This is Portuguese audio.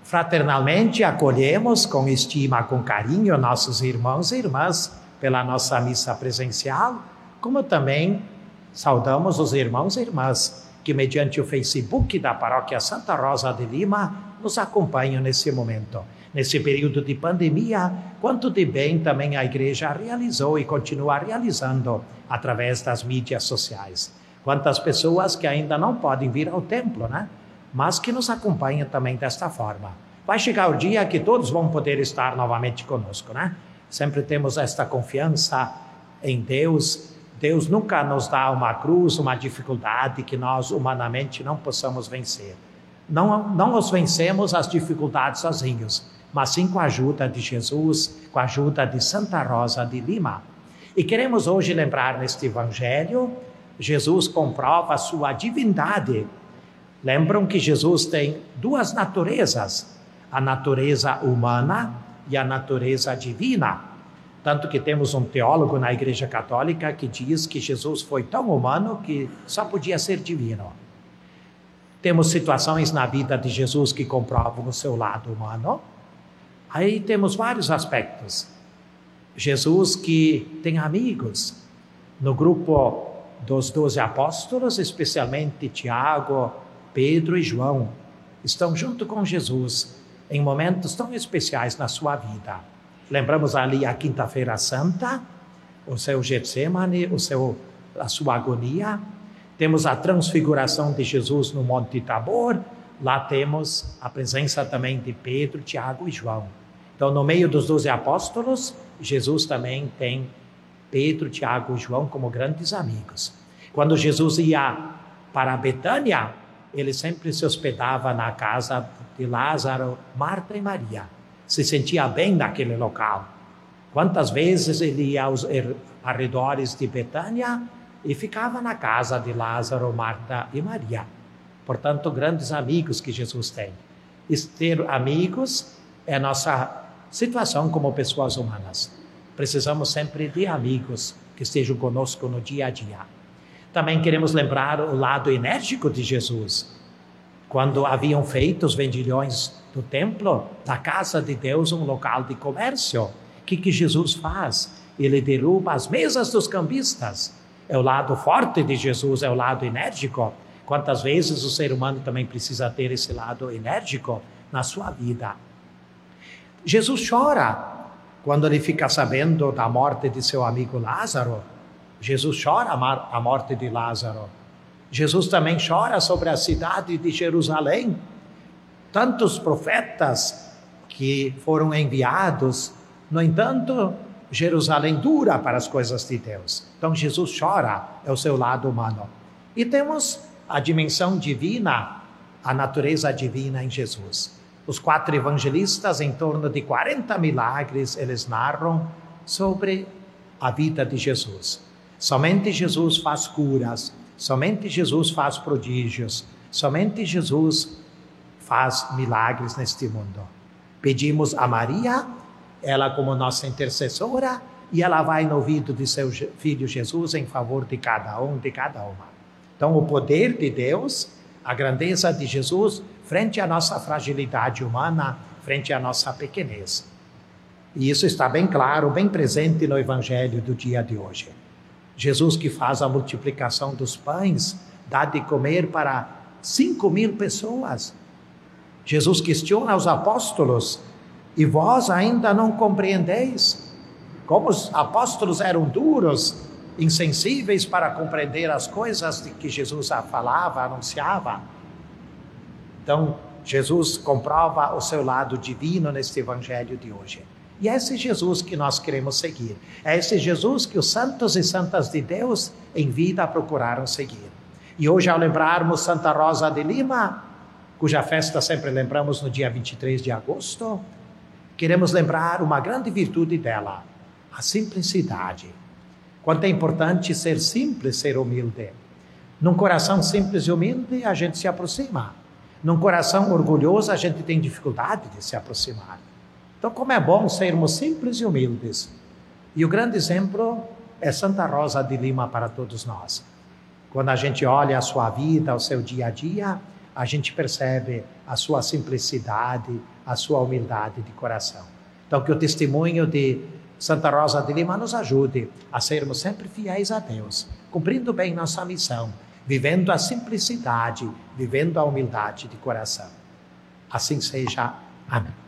Fraternalmente acolhemos com estima, com carinho nossos irmãos e irmãs pela nossa missa presencial, como também saudamos os irmãos e irmãs que mediante o Facebook da Paróquia Santa Rosa de Lima nos acompanham nesse momento. Nesse período de pandemia, quanto de bem também a Igreja realizou e continua realizando através das mídias sociais. Quantas pessoas que ainda não podem vir ao templo, né? Mas que nos acompanham também desta forma. Vai chegar o dia que todos vão poder estar novamente conosco, né? Sempre temos esta confiança em Deus. Deus nunca nos dá uma cruz, uma dificuldade que nós humanamente não possamos vencer. Não os vencemos as dificuldades sozinhos, mas sim com a ajuda de Jesus, com a ajuda de Santa Rosa de Lima. E queremos hoje lembrar neste Evangelho, Jesus comprova a sua divindade. Lembram que Jesus tem duas naturezas, a natureza humana e a natureza divina. Tanto que temos um teólogo na Igreja Católica que diz que Jesus foi tão humano que só podia ser divino. Temos situações na vida de Jesus que comprovam o seu lado humano. Aí temos vários aspectos. Jesus que tem amigos. No grupo dos 12 apóstolos, especialmente Tiago, Pedro e João, estão junto com Jesus em momentos tão especiais na sua vida. Lembramos ali a Quinta-feira Santa, o seu Getsemane, a sua agonia. Temos a transfiguração de Jesus no Monte Tabor. Lá temos a presença também de Pedro, Tiago e João. Então, no meio dos 12 apóstolos, Jesus também tem Pedro, Tiago e João como grandes amigos. Quando Jesus ia para Betânia, ele sempre se hospedava na casa de Lázaro, Marta e Maria. Se sentia bem naquele local. Quantas vezes ele ia aos arredores de Betânia e ficava na casa de Lázaro, Marta e Maria. Portanto, grandes amigos que Jesus tem. E ter amigos é nossa situação como pessoas humanas. Precisamos sempre de amigos que estejam conosco no dia a dia. Também queremos lembrar o lado enérgico de Jesus. Quando haviam feito os vendilhões do templo, da casa de Deus, um local de comércio, o que Jesus faz? Ele derruba as mesas dos cambistas. É o lado forte de Jesus, é o lado enérgico. Quantas vezes o ser humano também precisa ter esse lado enérgico na sua vida? Jesus chora quando ele fica sabendo da morte de seu amigo Lázaro. Jesus chora a morte de Lázaro. Jesus também chora sobre a cidade de Jerusalém. Tantos profetas que foram enviados, no entanto, Jerusalém dura para as coisas de Deus. Então Jesus chora, é o seu lado humano. E temos a dimensão divina, a natureza divina em Jesus. Os 4 evangelistas, em torno de 40 milagres, eles narram sobre a vida de Jesus. Somente Jesus faz curas, somente Jesus faz prodígios, somente Jesus faz milagres neste mundo. Pedimos a Maria, ela como nossa intercessora, e ela vai no ouvido de seu filho Jesus em favor de cada um, de cada uma. Então o poder de Deus, a grandeza de Jesus, frente à nossa fragilidade humana, frente à nossa pequenez. E isso está bem claro, bem presente no Evangelho do dia de hoje. Jesus que faz a multiplicação dos pães, dá de comer para 5.000 pessoas. Jesus questiona aos apóstolos, e vós ainda não compreendeis? Como os apóstolos eram duros, insensíveis para compreender as coisas de que Jesus falava, anunciava. Então, Jesus comprova o seu lado divino neste Evangelho de hoje. E é esse Jesus que nós queremos seguir. É esse Jesus que os santos e santas de Deus em vida procuraram seguir. E hoje, ao lembrarmos Santa Rosa de Lima, cuja festa sempre lembramos no dia 23 de agosto, queremos lembrar uma grande virtude dela, a simplicidade. Quanto é importante ser simples, ser humilde. Num coração simples e humilde, a gente se aproxima. Num coração orgulhoso, a gente tem dificuldade de se aproximar. Então, como é bom sermos simples e humildes. E o grande exemplo é Santa Rosa de Lima para todos nós. Quando a gente olha a sua vida, o seu dia a dia, a gente percebe a sua simplicidade, a sua humildade de coração. Então, que o testemunho de Santa Rosa de Lima nos ajude a sermos sempre fiéis a Deus, cumprindo bem nossa missão, vivendo a simplicidade, vivendo a humildade de coração. Assim seja. Amém.